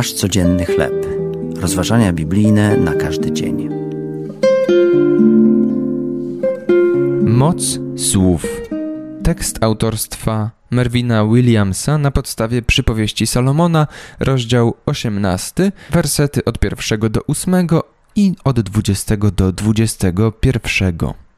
Nasz codzienny chleb. Rozważania biblijne na każdy dzień. Moc słów. Tekst autorstwa Mervina Williamsa na podstawie Przypowieści Salomona, rozdział 18, wersety od 1 do 8 i od 20 do 21.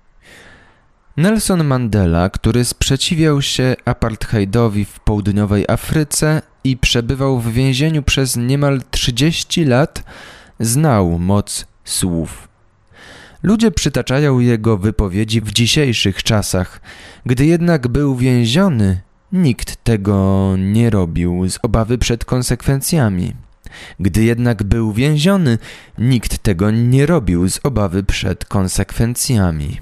Nelson Mandela, który sprzeciwiał się apartheidowi w południowej Afryce i przebywał w więzieniu przez niemal 30 lat, znał moc słów. Ludzie przytaczają jego wypowiedzi w dzisiejszych czasach. Gdy jednak był więziony, nikt tego nie robił z obawy przed konsekwencjami. Gdy jednak był więziony, nikt tego nie robił z obawy przed konsekwencjami.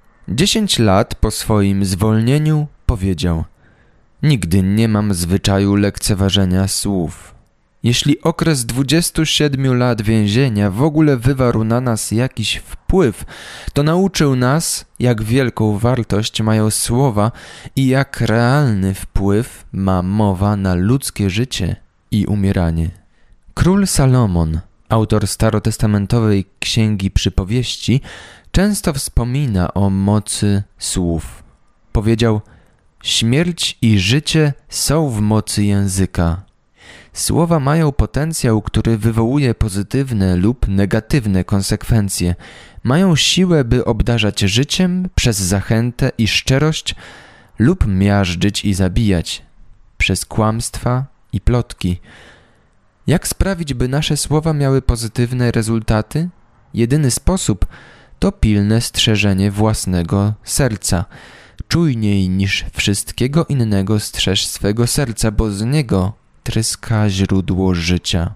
10 lat po swoim zwolnieniu powiedział: nigdy nie mam zwyczaju lekceważenia słów. Jeśli okres 27 lat więzienia w ogóle wywarł na nas jakiś wpływ, to nauczył nas, jak wielką wartość mają słowa i jak realny wpływ ma mowa na ludzkie życie i umieranie. Król Salomon, autor starotestamentowej Księgi Przypowieści, często wspomina o mocy słów. Powiedział: śmierć i życie są w mocy języka. Słowa mają potencjał, który wywołuje pozytywne lub negatywne konsekwencje. Mają siłę, by obdarzać życiem przez zachętę i szczerość lub miażdżyć i zabijać przez kłamstwa i plotki. Jak sprawić, by nasze słowa miały pozytywne rezultaty? Jedyny sposób to pilne strzeżenie własnego serca. Czujniej niż wszystkiego innego strzeż swego serca, bo z niego tryska źródło życia.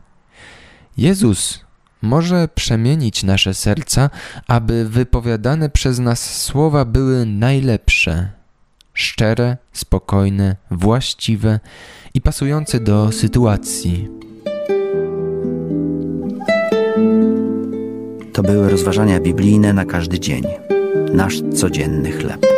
Jezus może przemienić nasze serca, aby wypowiadane przez nas słowa były najlepsze, szczere, spokojne, właściwe i pasujące do sytuacji. To były rozważania biblijne na każdy dzień. Nasz codzienny chleb.